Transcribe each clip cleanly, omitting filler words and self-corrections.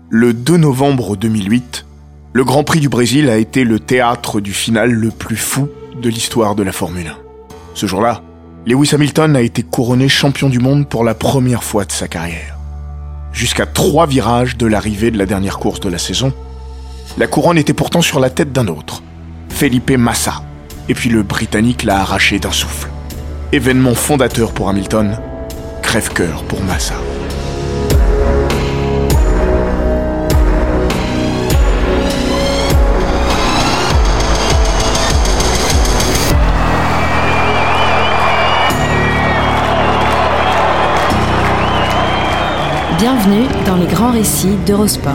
Le 2 novembre 2008, le Grand Prix du Brésil a été le théâtre du final le plus fou de l'histoire de la Formule 1. Ce jour-là, Lewis Hamilton a été couronné champion du monde pour la première fois de sa carrière. Jusqu'à 3 virages de l'arrivée de la dernière course de la saison, la couronne était pourtant sur la tête d'un autre, Felipe Massa, et puis le Britannique l'a arraché d'un souffle. Événement fondateur pour Hamilton, crève-cœur pour Massa. Bienvenue dans les grands récits d'Eurosport.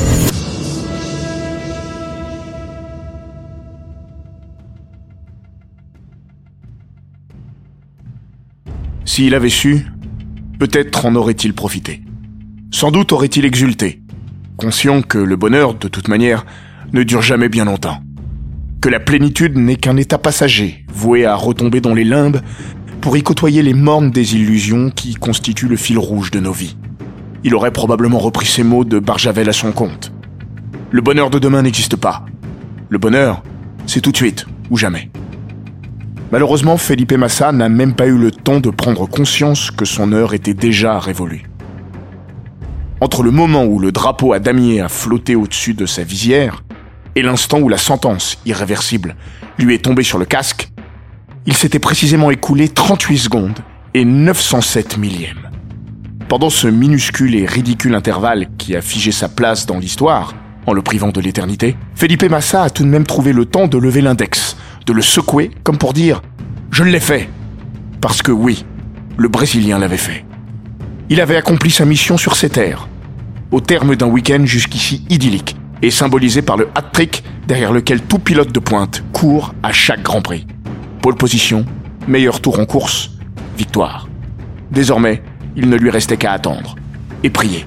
S'il avait su, peut-être en aurait-il profité. Sans doute aurait-il exulté, conscient que le bonheur, de toute manière, ne dure jamais bien longtemps. Que la plénitude n'est qu'un état passager, voué à retomber dans les limbes pour y côtoyer les mornes désillusions qui constituent le fil rouge de nos vies. Il aurait probablement repris ces mots de Barjavel à son compte. Le bonheur de demain n'existe pas. Le bonheur, c'est tout de suite ou jamais. Malheureusement, Felipe Massa n'a même pas eu le temps de prendre conscience que son heure était déjà révolue. Entre le moment où le drapeau à damier a flotté au-dessus de sa visière et l'instant où la sentence irréversible lui est tombée sur le casque, il s'était précisément écoulé 38 secondes et 907 millièmes. Pendant ce minuscule et ridicule intervalle qui a figé sa place dans l'histoire, en le privant de l'éternité, Felipe Massa a tout de même trouvé le temps de lever l'index, de le secouer comme pour dire « Je l'ai fait !» Parce que oui, le Brésilien l'avait fait. Il avait accompli sa mission sur ces terres, au terme d'un week-end jusqu'ici idyllique et symbolisé par le hat-trick derrière lequel tout pilote de pointe court à chaque Grand Prix. Pole position, meilleur tour en course, victoire. Désormais, il ne lui restait qu'à attendre et prier.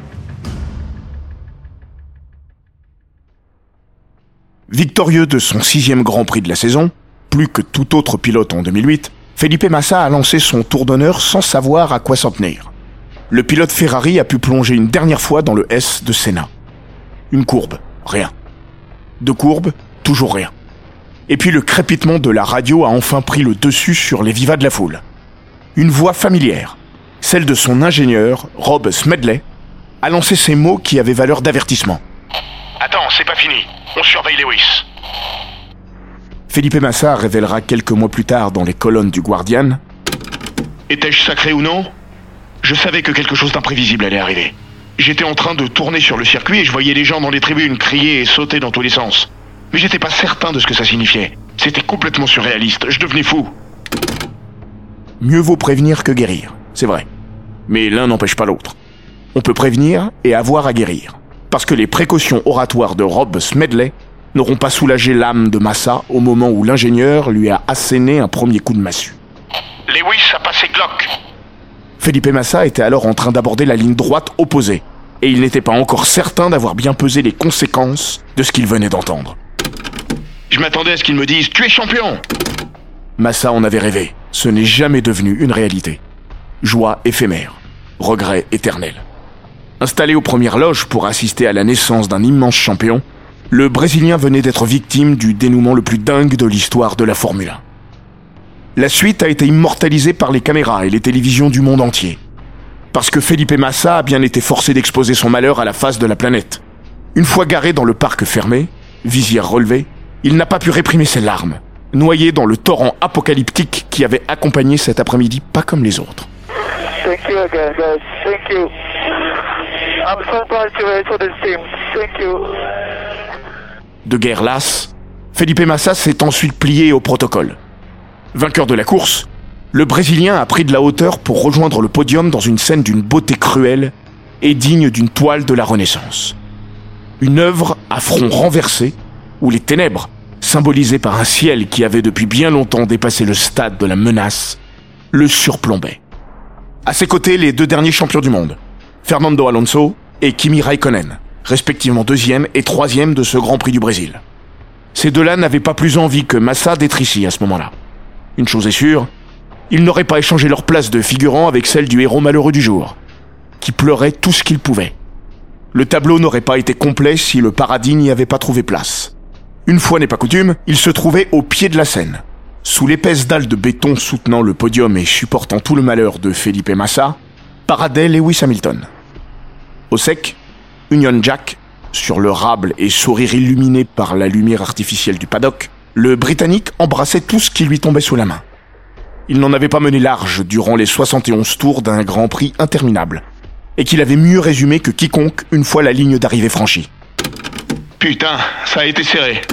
Victorieux de son 6e Grand Prix de la saison, plus que tout autre pilote en 2008, Felipe Massa a lancé son tour d'honneur sans savoir à quoi s'en tenir. Le pilote Ferrari a pu plonger une dernière fois dans le S de Senna. Une courbe, rien. 2 courbes, toujours rien. Et puis le crépitement de la radio a enfin pris le dessus sur les vivas de la foule. Une voix familière, celle de son ingénieur, Rob Smedley, a lancé ces mots qui avaient valeur d'avertissement. « Attends, c'est pas fini. On surveille Lewis. » Felipe Massa révélera quelques mois plus tard dans les colonnes du Guardian. « Étais-je sacré ou non ? Je savais que quelque chose d'imprévisible allait arriver. J'étais en train de tourner sur le circuit et je voyais les gens dans les tribunes crier et sauter dans tous les sens. Mais j'étais pas certain de ce que ça signifiait. C'était complètement surréaliste. Je devenais fou. » Mieux vaut prévenir que guérir, c'est vrai. Mais l'un n'empêche pas l'autre. On peut prévenir et avoir à guérir. Parce que les précautions oratoires de Rob Smedley n'auront pas soulagé l'âme de Massa au moment où l'ingénieur lui a asséné un premier coup de massue. « Lewis a passé Glock. » Felipe Massa était alors en train d'aborder la ligne droite opposée, et il n'était pas encore certain d'avoir bien pesé les conséquences de ce qu'il venait d'entendre. « Je m'attendais à ce qu'ils me disent « Tu es champion !» Massa en avait rêvé. Ce n'est jamais devenu une réalité. Joie éphémère, regret éternel. Installé aux premières loges pour assister à la naissance d'un immense champion, le Brésilien venait d'être victime du dénouement le plus dingue de l'histoire de la Formule 1. La suite a été immortalisée par les caméras et les télévisions du monde entier. Parce que Felipe Massa a bien été forcé d'exposer son malheur à la face de la planète. Une fois garé dans le parc fermé, visière relevée, il n'a pas pu réprimer ses larmes, noyé dans le torrent apocalyptique qui avait accompagné cet après-midi pas comme les autres. Thank you again, guys. Thank you. I'm so proud to race for this team. Thank you. De guerre lasse, Felipe Massa s'est ensuite plié au protocole. Vainqueur de la course, le Brésilien a pris de la hauteur pour rejoindre le podium dans une scène d'une beauté cruelle et digne d'une toile de la Renaissance. Une œuvre à front renversé, où les ténèbres, symbolisées par un ciel qui avait depuis bien longtemps dépassé le stade de la menace, le surplombaient. À ses côtés, les 2 derniers champions du monde, Fernando Alonso et Kimi Räikkönen, respectivement 2e et 3e de ce Grand Prix du Brésil. Ces 2-là n'avaient pas plus envie que Massa d'être ici à ce moment-là. Une chose est sûre, ils n'auraient pas échangé leur place de figurant avec celle du héros malheureux du jour, qui pleurait tout ce qu'il pouvait. Le tableau n'aurait pas été complet si le paradis n'y avait pas trouvé place. Une fois n'est pas coutume, il se trouvait au pied de la scène. Sous l'épaisse dalle de béton soutenant le podium et supportant tout le malheur de Felipe Massa, paradait Lewis Hamilton. Au sec, Union Jack, sur le rable et sourire illuminé par la lumière artificielle du paddock, le Britannique embrassait tout ce qui lui tombait sous la main. Il n'en avait pas mené large durant les 71 tours d'un Grand Prix interminable, et qu'il avait mieux résumé que quiconque une fois la ligne d'arrivée franchie. Putain, ça a été serré.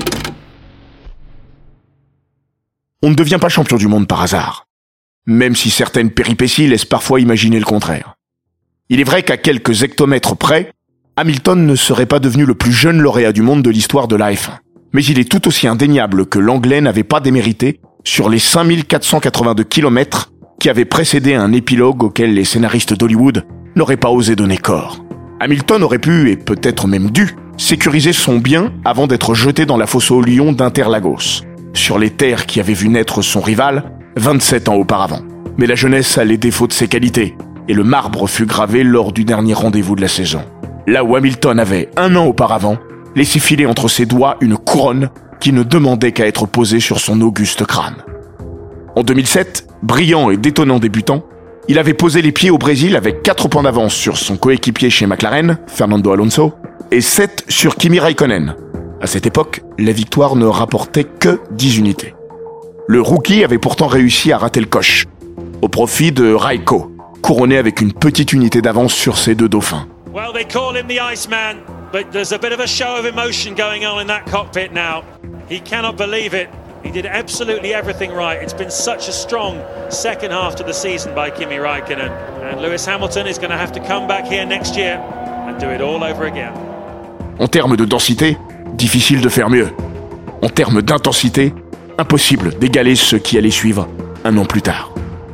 On ne devient pas champion du monde par hasard, même si certaines péripéties laissent parfois imaginer le contraire. Il est vrai qu'à quelques hectomètres près, Hamilton ne serait pas devenu le plus jeune lauréat du monde de l'histoire de la F1. Mais il est tout aussi indéniable que l'Anglais n'avait pas démérité sur les 5482 km qui avaient précédé un épilogue auquel les scénaristes d'Hollywood n'auraient pas osé donner corps. Hamilton aurait pu, et peut-être même dû, sécuriser son bien avant d'être jeté dans la fosse aux lions d'Interlagos, sur les terres qui avaient vu naître son rival 27 ans auparavant. Mais la jeunesse a les défauts de ses qualités, et le marbre fut gravé lors du dernier rendez-vous de la saison. Là où Hamilton avait, 1 an auparavant, laissé filer entre ses doigts une couronne qui ne demandait qu'à être posée sur son auguste crâne. En 2007, brillant et détonnant débutant, il avait posé les pieds au Brésil avec 4 points d'avance sur son coéquipier chez McLaren, Fernando Alonso, et 7 sur Kimi Räikkönen. À cette époque, la victoire ne rapportait que 10 unités. Le rookie avait pourtant réussi à rater le coche, au profit de Raikko, couronné avec une petite unité d'avance sur ses 2 dauphins. Well, they call him the Iceman, but there's a bit of a show of emotion going on in that cockpit now. He cannot believe it. He did absolutely everything right. It's been such a strong second half to the season by Kimi Räikkönen. And Lewis Hamilton is going to have to come back here next year and do it all over again. En termes de densité, difficile de faire mieux. En termes d'intensité, impossible d'égaler ce qui allait suivre 1 an plus tard.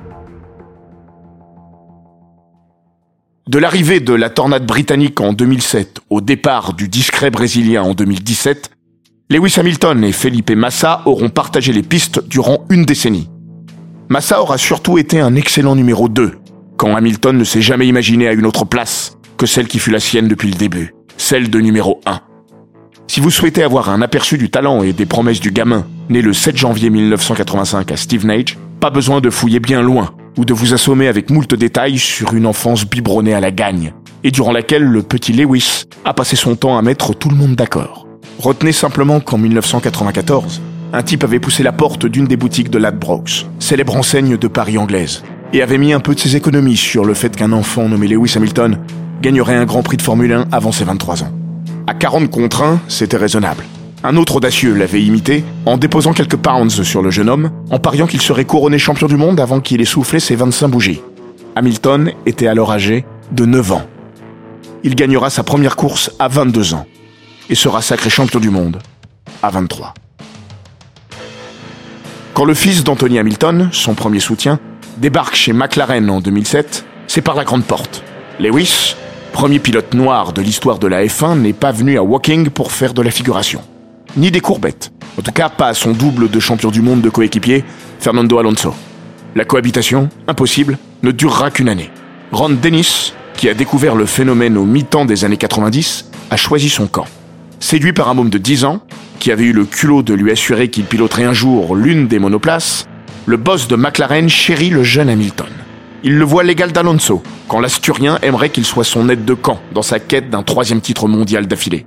De l'arrivée de la tornade britannique en 2007 au départ du discret brésilien en 2017, Lewis Hamilton et Felipe Massa auront partagé les pistes durant 1 décennie. Massa aura surtout été un excellent numéro 2, quand Hamilton ne s'est jamais imaginé à une autre place que celle qui fut la sienne depuis le début, celle de numéro 1. Si vous souhaitez avoir un aperçu du talent et des promesses du gamin, né le 7 janvier 1985 à Stevenage, pas besoin de fouiller bien loin ou de vous assommer avec moult détails sur une enfance biberonnée à la gagne, et durant laquelle le petit Lewis a passé son temps à mettre tout le monde d'accord. Retenez simplement qu'en 1994, un type avait poussé la porte d'une des boutiques de Ladbrokes, célèbre enseigne de Paris anglaise, et avait mis un peu de ses économies sur le fait qu'un enfant nommé Lewis Hamilton gagnerait un Grand Prix de Formule 1 avant ses 23 ans. À 40 contre 1, c'était raisonnable. Un autre audacieux l'avait imité en déposant quelques pounds sur le jeune homme, en pariant qu'il serait couronné champion du monde avant qu'il ait soufflé ses 25 bougies. Hamilton était alors âgé de 9 ans. Il gagnera sa première course à 22 ans et sera sacré champion du monde à 23. Quand le fils d'Anthony Hamilton, son premier soutien, débarque chez McLaren en 2007, c'est par la grande porte. Lewis, premier pilote noir de l'histoire de la F1, n'est pas venu à Woking pour faire de la figuration. Ni des courbettes. En tout cas, pas à son double de champion du monde de coéquipier, Fernando Alonso. La cohabitation, impossible, ne durera qu'1 année. Ron Dennis, qui a découvert le phénomène au mi-temps des années 90, a choisi son camp. Séduit par un môme de 10 ans, qui avait eu le culot de lui assurer qu'il piloterait un jour l'une des monoplaces, le boss de McLaren chérit le jeune Hamilton. Il le voit l'égal d'Alonso, quand l'Asturien aimerait qu'il soit son aide de camp dans sa quête d'un 3e titre mondial d'affilée.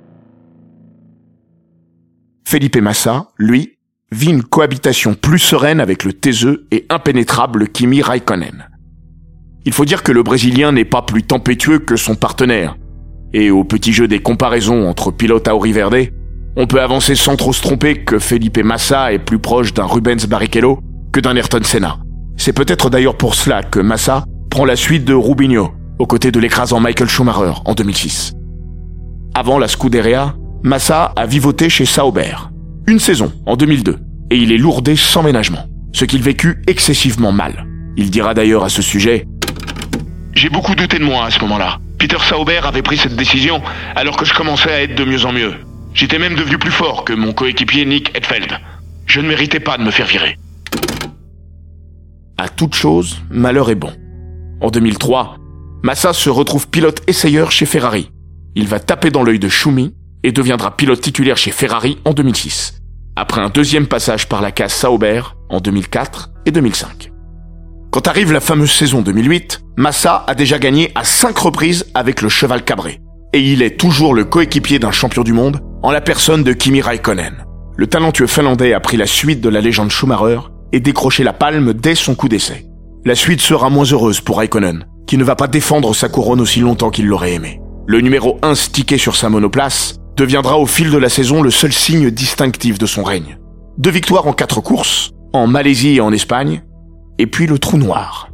Felipe Massa, lui, vit une cohabitation plus sereine avec le taiseux et impénétrable Kimi Räikkönen. Il faut dire que le Brésilien n'est pas plus tempétueux que son partenaire, et au petit jeu des comparaisons entre pilotes à Auriverde, on peut avancer sans trop se tromper que Felipe Massa est plus proche d'un Rubens Barrichello que d'un Ayrton Senna. C'est peut-être d'ailleurs pour cela que Massa prend la suite de Rubinho, aux côtés de l'écrasant Michael Schumacher en 2006. Avant la Scuderia, Massa a vivoté chez Sauber, 1 saison en 2002, et il est lourdé sans ménagement, ce qu'il vécut excessivement mal. Il dira d'ailleurs à ce sujet « J'ai beaucoup douté de moi à ce moment-là. Peter Sauber avait pris cette décision alors que je commençais à être de mieux en mieux. J'étais même devenu plus fort que mon coéquipier Nick Heidfeld. Je ne méritais pas de me faire virer. » À toute chose, malheur est bon. En 2003, Massa se retrouve pilote essayeur chez Ferrari. il va taper dans l'œil de Schumi et deviendra pilote titulaire chez Ferrari en 2006, après un deuxième passage par la case Sauber en 2004 et 2005. Quand arrive la fameuse saison 2008, Massa a déjà gagné à 5 reprises avec le cheval cabré. Et il est toujours le coéquipier d'un champion du monde, en la personne de Kimi Räikkönen. Le talentueux Finlandais a pris la suite de la légende Schumacher et décroché la palme dès son coup d'essai. La suite sera moins heureuse pour Räikkönen, qui ne va pas défendre sa couronne aussi longtemps qu'il l'aurait aimé. Le numéro 1 stické sur sa monoplace deviendra au fil de la saison le seul signe distinctif de son règne. 2 victoires en 4 courses, en Malaisie et en Espagne, et puis le trou noir.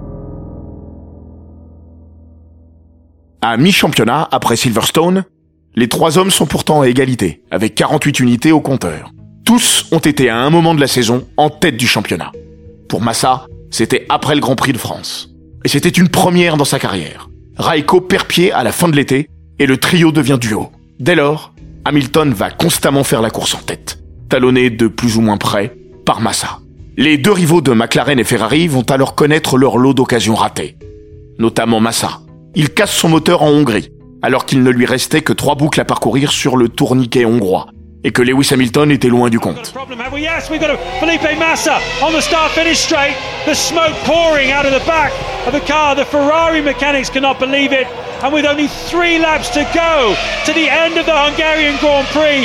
À mi-championnat, après Silverstone, les 3 hommes sont pourtant à égalité, avec 48 unités au compteur. Tous ont été à un moment de la saison en tête du championnat. Pour Massa, c'était après le Grand Prix de France. Et c'était une première dans sa carrière. Raikko perd pied à la fin de l'été, et le trio devient duo. Dès lors, Hamilton va constamment faire la course en tête, talonné de plus ou moins près par Massa. Les 2 rivaux de McLaren et Ferrari vont alors connaître leur lot d'occasions ratées. Notamment Massa. Il casse son moteur en Hongrie, alors qu'il ne lui restait que 3 boucles à parcourir sur le tourniquet hongrois, et que Lewis Hamilton était loin du compte. Felipe Massa on the start-finish straight. The smoke pouring out of the back of the car. The Ferrari mechanics cannot believe it. And with only 3 laps to go to the end of the Hungarian Grand Prix,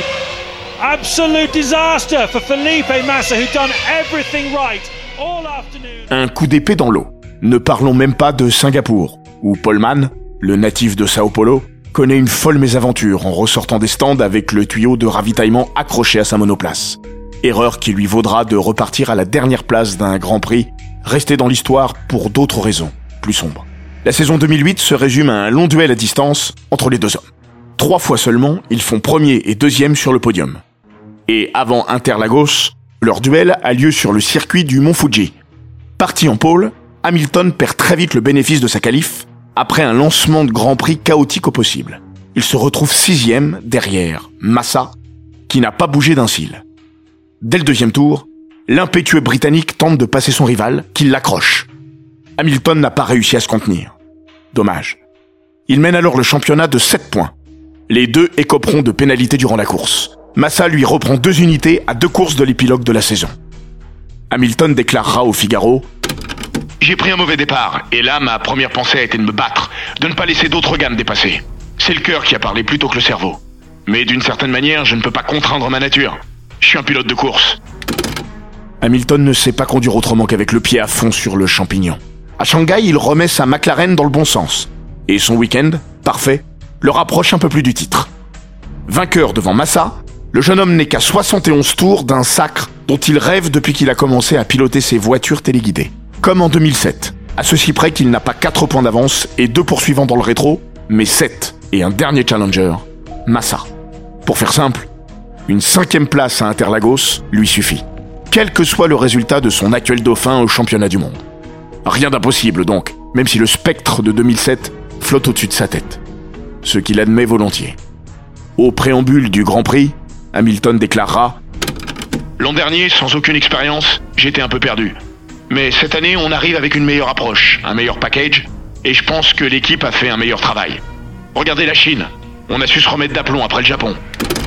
absolute disaster for Felipe Massa, who done everything right all afternoon. Un coup d'épée dans l'eau. Ne parlons même pas de Singapour, où Paul Mann, le natif de Sao Paulo, connaît une folle mésaventure en ressortant des stands avec le tuyau de ravitaillement accroché à sa monoplace. Erreur qui lui vaudra de repartir à la dernière place d'un Grand Prix, resté dans l'histoire pour d'autres raisons, plus sombres. La saison 2008 se résume à un long duel à distance entre les 2 hommes. 3 fois seulement, ils font premier et deuxième sur le podium. Et avant Interlagos, leur duel a lieu sur le circuit du Mont Fuji. Parti en pôle, Hamilton perd très vite le bénéfice de sa qualif après un lancement de Grand Prix chaotique au possible. Il se retrouve 6e derrière Massa, qui n'a pas bougé d'un cil. Dès le 2e tour, l'impétueux Britannique tente de passer son rival, qui l'accroche. Hamilton n'a pas réussi à se contenir. Dommage. Il mène alors le championnat de 7 points. Les 2 écoperont de pénalités durant la course. Massa lui reprend 2 unités à 2 courses de l'épilogue de la saison. Hamilton déclarera au Figaro: J'ai pris un mauvais départ, et là, ma première pensée a été de me battre, de ne pas laisser d'autres gars me dépasser. C'est le cœur qui a parlé plutôt que le cerveau. Mais d'une certaine manière, je ne peux pas contraindre ma nature. Je suis un pilote de course. Hamilton ne sait pas conduire autrement qu'avec le pied à fond sur le champignon. À Shanghai, il remet sa McLaren dans le bon sens. Et son week-end, parfait, le rapproche un peu plus du titre. Vainqueur devant Massa, le jeune homme n'est qu'à 71 tours d'un sacre dont il rêve depuis qu'il a commencé à piloter ses voitures téléguidées. Comme en 2007, à ceci près qu'il n'a pas 4 points d'avance et 2 poursuivants dans le rétro, mais 7 et un dernier challenger, Massa. Pour faire simple, une 5e place à Interlagos lui suffit, quel que soit le résultat de son actuel dauphin au championnat du monde. Rien d'impossible donc, même si le spectre de 2007 flotte au-dessus de sa tête. Ce qu'il admet volontiers. Au préambule du Grand Prix, Hamilton déclarera: L'an dernier, sans aucune expérience, j'étais un peu perdu. Mais cette année, on arrive avec une meilleure approche, un meilleur package, et je pense que l'équipe a fait un meilleur travail. Regardez la Chine, on a su se remettre d'aplomb après le Japon.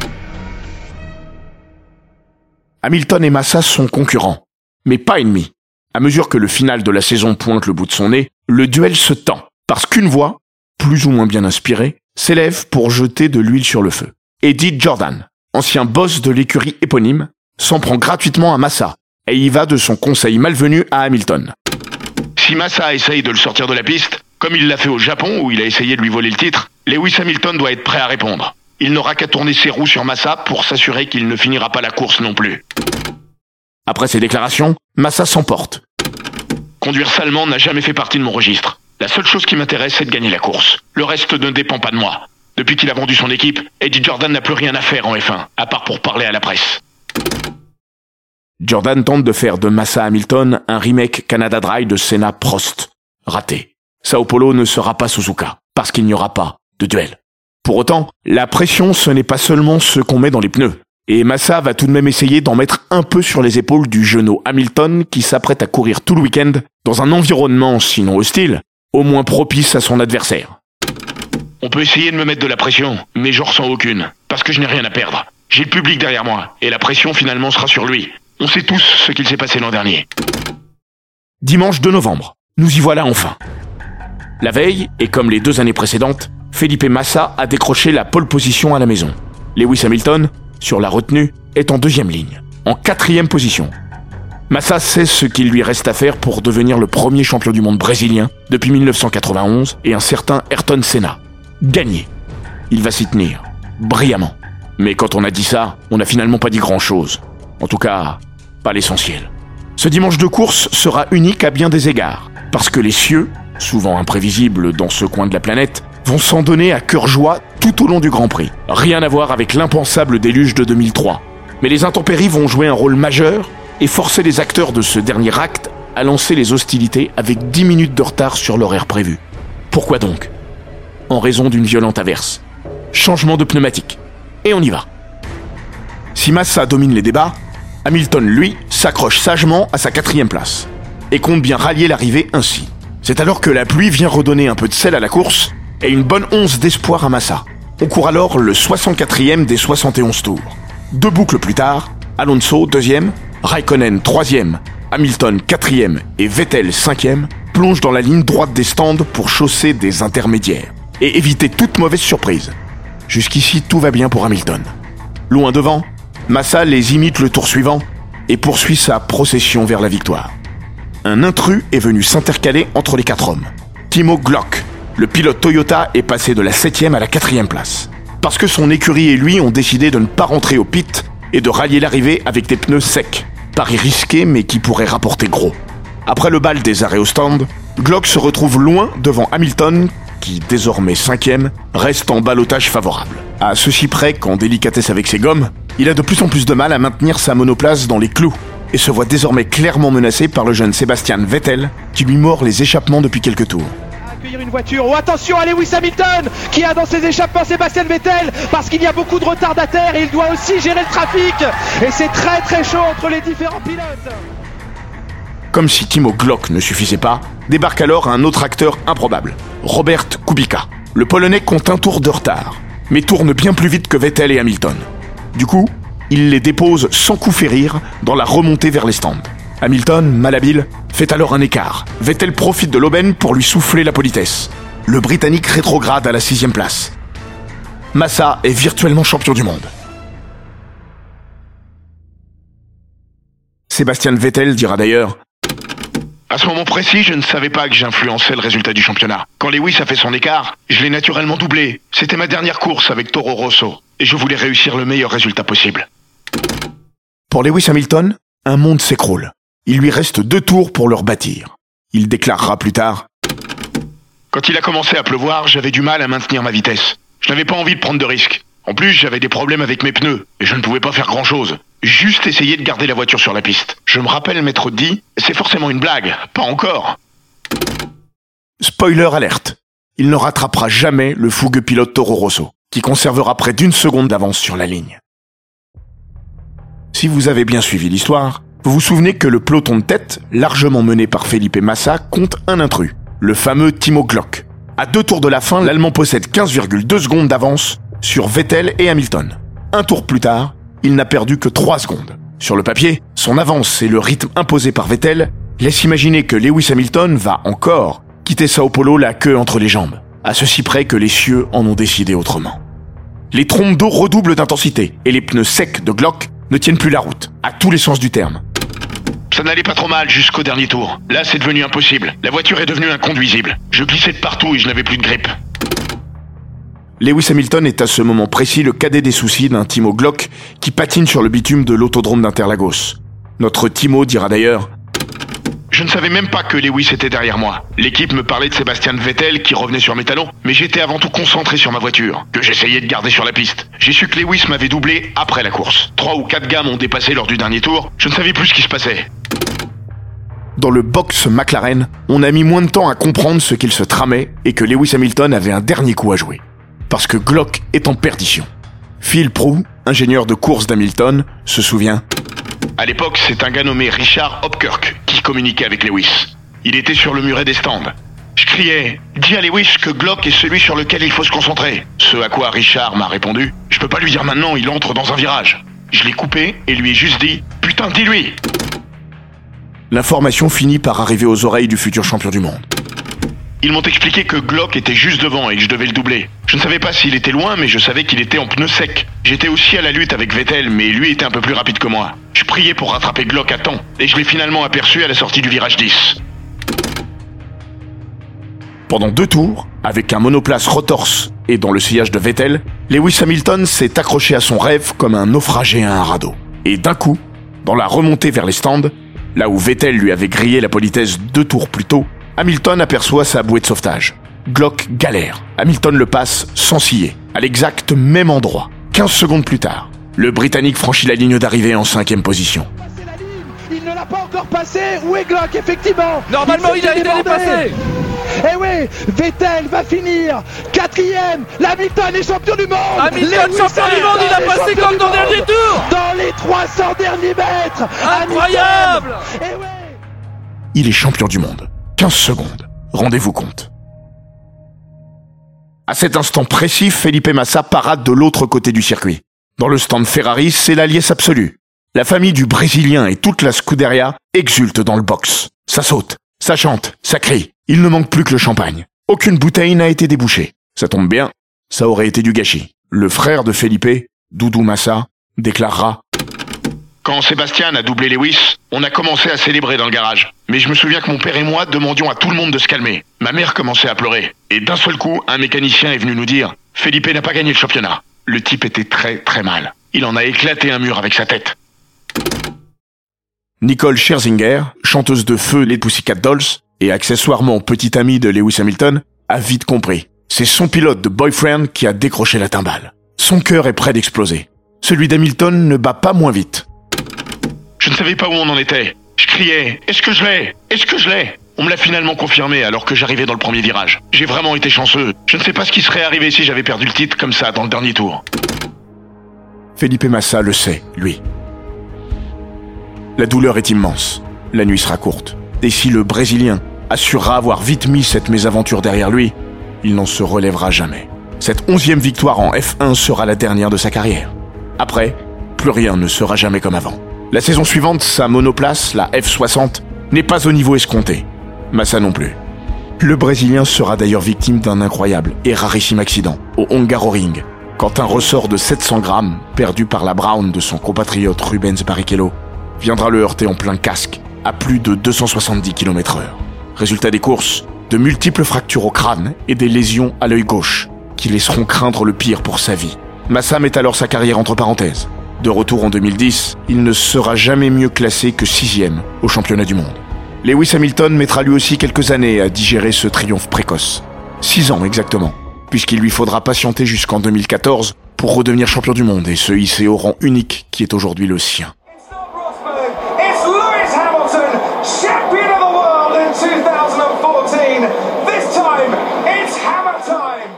Hamilton et Massa sont concurrents, mais pas ennemis. À mesure que le final de la saison pointe le bout de son nez, le duel se tend, parce qu'une voix, plus ou moins bien inspirée, s'élève pour jeter de l'huile sur le feu. Eddie Jordan, ancien boss de l'écurie éponyme, s'en prend gratuitement à Massa, et y va de son conseil malvenu à Hamilton. Si Massa essaye de le sortir de la piste, comme il l'a fait au Japon où il a essayé de lui voler le titre, Lewis Hamilton doit être prêt à répondre. Il n'aura qu'à tourner ses roues sur Massa pour s'assurer qu'il ne finira pas la course non plus. Après ces déclarations, Massa s'emporte. Conduire salement n'a jamais fait partie de mon registre. La seule chose qui m'intéresse, c'est de gagner la course. Le reste ne dépend pas de moi. Depuis qu'il a vendu son équipe, Eddie Jordan n'a plus rien à faire en F1, à part pour parler à la presse. Jordan tente de faire de Massa Hamilton un remake Canada Dry de Senna Prost. Raté. Sao Paulo ne sera pas Suzuka, parce qu'il n'y aura pas de duel. Pour autant, la pression, ce n'est pas seulement ce qu'on met dans les pneus. Et Massa va tout de même essayer d'en mettre un peu sur les épaules du genou Hamilton qui s'apprête à courir tout le week-end dans un environnement, sinon hostile, au moins propice à son adversaire. On peut essayer de me mettre de la pression, mais j'en ressens aucune, parce que je n'ai rien à perdre. J'ai le public derrière moi, et la pression finalement sera sur lui. On sait tous ce qu'il s'est passé l'an dernier. Dimanche 2 novembre, nous y voilà enfin. La veille, et comme les 2 années précédentes, Felipe Massa a décroché la pole position à la maison. Lewis Hamilton, sur la retenue, est en 2e ligne, en 4e position. Massa sait ce qu'il lui reste à faire pour devenir le premier champion du monde brésilien depuis 1991 et un certain Ayrton Senna. Gagner. Il va s'y tenir, brillamment. Mais quand on a dit ça, on n'a finalement pas dit grand-chose. En tout cas, pas l'essentiel. Ce dimanche de course sera unique à bien des égards, parce que les cieux, souvent imprévisibles dans ce coin de la planète, vont s'en donner à cœur joie tout au long du Grand Prix. Rien à voir avec l'impensable déluge de 2003. Mais les intempéries vont jouer un rôle majeur et forcer les acteurs de ce dernier acte à lancer les hostilités avec 10 minutes de retard sur l'horaire prévu. Pourquoi donc ? En raison d'une violente averse. Changement de pneumatique. Et on y va. Si Massa domine les débats, Hamilton, lui, s'accroche sagement à sa 4e place et compte bien rallier l'arrivée ainsi. C'est alors que la pluie vient redonner un peu de sel à la course et une bonne once d'espoir à Massa. On court alors le 64e des 71 tours. 2 boucles plus tard, Alonso 2e, Raikkonen 3e, Hamilton 4e et Vettel 5e plongent dans la ligne droite des stands pour chausser des intermédiaires et éviter toute mauvaise surprise. Jusqu'ici, tout va bien pour Hamilton. Loin devant, Massa les imite le tour suivant et poursuit sa procession vers la victoire. Un intrus est venu s'intercaler entre les 4 hommes. Timo Glock, le pilote Toyota, est passé de la 7e à la 4e place. Parce que son écurie et lui ont décidé de ne pas rentrer au pit et de rallier l'arrivée avec des pneus secs. Pari risqué mais qui pourrait rapporter gros. Après le bal des arrêts au stand, Glock se retrouve loin devant Hamilton, qui, désormais 5e, reste en ballottage favorable. À ceci près qu'en délicatesse avec ses gommes, il a de plus en plus de mal à maintenir sa monoplace dans les clous et se voit désormais clairement menacé par le jeune Sebastian Vettel qui lui mord les échappements depuis quelques tours. Accueillir une voiture. Oh, attention à Lewis Hamilton qui a dans ses échappements Sebastian Vettel parce qu'il y a beaucoup de retardataires et il doit aussi gérer le trafic et c'est très très chaud entre les différents pilotes. Comme si Timo Glock ne suffisait pas, débarque alors un autre acteur improbable, Robert Kubica. Le Polonais compte un tour de retard, mais tourne bien plus vite que Vettel et Hamilton. Du coup, il les dépose sans coup férir dans la remontée vers les stands. Hamilton, malhabile, fait alors un écart. Vettel profite de l'aubaine pour lui souffler la politesse. Le Britannique rétrograde à la 6e place. Massa est virtuellement champion du monde. Sebastian Vettel dira d'ailleurs: à ce moment précis, je ne savais pas que j'influençais le résultat du championnat. Quand Lewis a fait son écart, je l'ai naturellement doublé. C'était ma dernière course avec Toro Rosso, et je voulais réussir le meilleur résultat possible. Pour Lewis Hamilton, un monde s'écroule. Il lui reste 2 tours pour le rebâtir. Il déclarera plus tard: quand il a commencé à pleuvoir, j'avais du mal à maintenir ma vitesse. Je n'avais pas envie de prendre de risques. En plus, j'avais des problèmes avec mes pneus, et je ne pouvais pas faire grand-chose. Juste essayer de garder la voiture sur la piste. Je me rappelle m'être dit, c'est forcément une blague, pas encore. Spoiler alerte, il ne rattrapera jamais le fougueux pilote Toro Rosso, qui conservera près d'1 seconde d'avance sur la ligne. Si vous avez bien suivi l'histoire, vous vous souvenez que le peloton de tête, largement mené par Felipe Massa, compte un intrus, le fameux Timo Glock. À 2 tours de la fin, l'Allemand possède 15,2 secondes d'avance sur Vettel et Hamilton. Un tour plus tard, il n'a perdu que 3 secondes. Sur le papier, son avance et le rythme imposé par Vettel laissent imaginer que Lewis Hamilton va encore quitter Sao Paulo la queue entre les jambes, à ceci près que les cieux en ont décidé autrement. Les trompes d'eau redoublent d'intensité et les pneus secs de Glock ne tiennent plus la route, à tous les sens du terme. Ça n'allait pas trop mal jusqu'au dernier tour. Là, c'est devenu impossible. La voiture est devenue inconduisible. Je glissais de partout et je n'avais plus de grippe. Lewis Hamilton est à ce moment précis le cadet des soucis d'un Timo Glock qui patine sur le bitume de l'autodrome d'Interlagos. Notre Timo dira d'ailleurs: je ne savais même pas que Lewis était derrière moi. L'équipe me parlait de Sebastian Vettel qui revenait sur mes talons, mais j'étais avant tout concentré sur ma voiture, que j'essayais de garder sur la piste. J'ai su que Lewis m'avait doublé après la course. 3 ou 4 gars m'ont dépassé lors du dernier tour, je ne savais plus ce qui se passait. Dans le box McLaren, on a mis moins de temps à comprendre ce qu'il se tramait et que Lewis Hamilton avait un dernier coup à jouer. Parce que Glock est en perdition. Phil Proulx, ingénieur de course d'Hamilton, se souvient: à l'époque, c'est un gars nommé Richard Hopkirk qui communiquait avec Lewis. Il était sur le muret des stands. Je criais « Dis à Lewis que Glock est celui sur lequel il faut se concentrer ». Ce à quoi Richard m'a répondu « Je peux pas lui dire maintenant, il entre dans un virage ». Je l'ai coupé et lui ai juste dit « Putain, dis-lui !» L'information finit par arriver aux oreilles du futur champion du monde. Ils m'ont expliqué que Glock était juste devant et que je devais le doubler. Je ne savais pas s'il était loin, mais je savais qu'il était en pneu sec. J'étais aussi à la lutte avec Vettel, mais lui était un peu plus rapide que moi. Je priais pour rattraper Glock à temps, et je l'ai finalement aperçu à la sortie du virage 10. Pendant 2 tours, avec un monoplace rotorse et dans le sillage de Vettel, Lewis Hamilton s'est accroché à son rêve comme un naufragé à un radeau. Et d'un coup, dans la remontée vers les stands, là où Vettel lui avait grillé la politesse 2 tours plus tôt, Hamilton aperçoit sa bouée de sauvetage. Glock galère. Hamilton le passe sans ciller, à l'exact même endroit. 15 secondes plus tard, le Britannique franchit la ligne d'arrivée en 5e position. Il ne l'a pas encore passé. Où est Glock, effectivement? Normalement, il a été dépassé. Eh oui, Vettel va finir 4e. Hamilton est champion du monde. Hamilton champion du monde, il a passé Glock dans le dernier tour. Dans les 300 derniers mètres. Incroyable. Eh ouais. Il est champion du monde. 15 secondes. Rendez-vous compte. À cet instant précis, Felipe Massa parade de l'autre côté du circuit. Dans le stand Ferrari, c'est la liesse absolue. La famille du Brésilien et toute la Scuderia exultent dans le box. Ça saute, ça chante, ça crie. Il ne manque plus que le champagne. Aucune bouteille n'a été débouchée. Ça tombe bien, ça aurait été du gâchis. Le frère de Felipe, Doudou Massa, déclarera: Quand Sébastien a doublé Lewis, on a commencé à célébrer dans le garage. Mais je me souviens que mon père et moi demandions à tout le monde de se calmer. Ma mère commençait à pleurer. Et d'un seul coup, un mécanicien est venu nous dire « Felipe n'a pas gagné le championnat ». Le type était très très mal. Il en a éclaté un mur avec sa tête. Nicole Scherzinger, chanteuse de Feu les Pussycat Dolls et accessoirement petite amie de Lewis Hamilton, a vite compris. C'est son pilote de Boyfriend qui a décroché la timbale. Son cœur est prêt d'exploser. Celui d'Hamilton ne bat pas moins vite. Je ne savais pas où on en était. Je criais « Est-ce que je l'ai ? Est-ce que je l'ai ?» On me l'a finalement confirmé alors que j'arrivais dans le premier virage. J'ai vraiment été chanceux. Je ne sais pas ce qui serait arrivé si j'avais perdu le titre comme ça dans le dernier tour. Felipe Massa le sait, lui. La douleur est immense. La nuit sera courte. Et si le Brésilien assurera avoir vite mis cette mésaventure derrière lui, il n'en se relèvera jamais. Cette 11e victoire en F1 sera la dernière de sa carrière. Après, plus rien ne sera jamais comme avant. La saison suivante, sa monoplace, la F60, n'est pas au niveau escompté. Massa non plus. Le Brésilien sera d'ailleurs victime d'un incroyable et rarissime accident au Hungaroring, quand un ressort de 700 grammes, perdu par la Brown de son compatriote Rubens Barrichello, viendra le heurter en plein casque à plus de 270 km/h. Résultat des courses, de multiples fractures au crâne et des lésions à l'œil gauche, qui laisseront craindre le pire pour sa vie. Massa met alors sa carrière entre parenthèses. De retour en 2010, il ne sera jamais mieux classé que 6e au championnat du monde. Lewis Hamilton mettra lui aussi quelques années à digérer ce triomphe précoce. 6 ans exactement, puisqu'il lui faudra patienter jusqu'en 2014 pour redevenir champion du monde et se hisser au rang unique qui est aujourd'hui le sien. It's Lewis Hamilton, champion of the world in 2014. This time, it's Hammer time.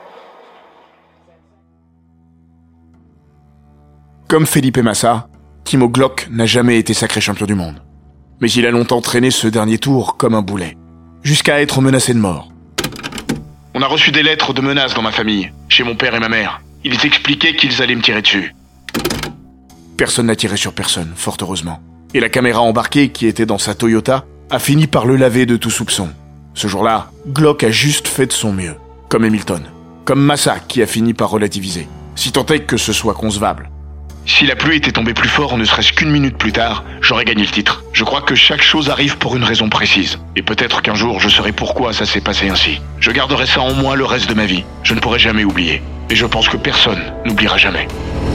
Comme Felipe Massa, Timo Glock n'a jamais été sacré champion du monde. Mais il a longtemps traîné ce dernier tour comme un boulet, jusqu'à être menacé de mort. On a reçu des lettres de menaces dans ma famille, chez mon père et ma mère. Ils expliquaient qu'ils allaient me tirer dessus. Personne n'a tiré sur personne, fort heureusement. Et la caméra embarquée qui était dans sa Toyota a fini par le laver de tout soupçon. Ce jour-là, Glock a juste fait de son mieux, comme Hamilton, comme Massa qui a fini par relativiser, si tant est que ce soit concevable. Si la pluie était tombée plus fort, ne serait-ce qu'une minute plus tard, j'aurais gagné le titre. Je crois que chaque chose arrive pour une raison précise. Et peut-être qu'un jour, je saurai pourquoi ça s'est passé ainsi. Je garderai ça en moi le reste de ma vie. Je ne pourrai jamais oublier. Et je pense que personne n'oubliera jamais.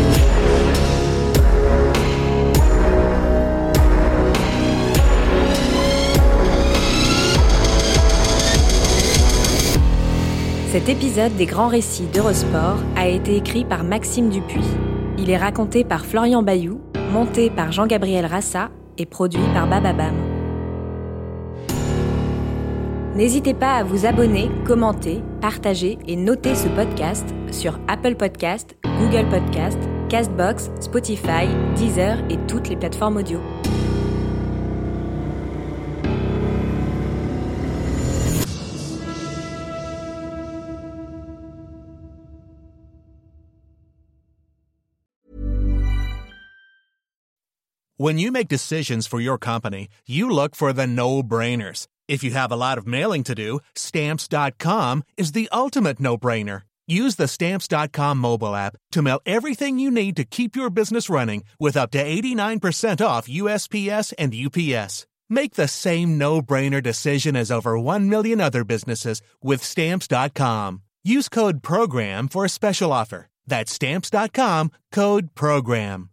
Cet épisode des Grands Récits d'Eurosport a été écrit par Maxime Dupuis. Il est raconté par Florian Bayou, monté par Jean-Gabriel Rassa et produit par Bababam. N'hésitez pas à vous abonner, commenter, partager et noter ce podcast sur Apple Podcast, Google Podcast, Castbox, Spotify, Deezer et toutes les plateformes audio. When you make decisions for your company, you look for the no-brainers. If you have a lot of mailing to do, Stamps.com is the ultimate no-brainer. Use the Stamps.com mobile app to mail everything you need to keep your business running with up to 89% off USPS and UPS. Make the same no-brainer decision as over 1 million other businesses with Stamps.com. Use code PROGRAM for a special offer. That's Stamps.com, code PROGRAM.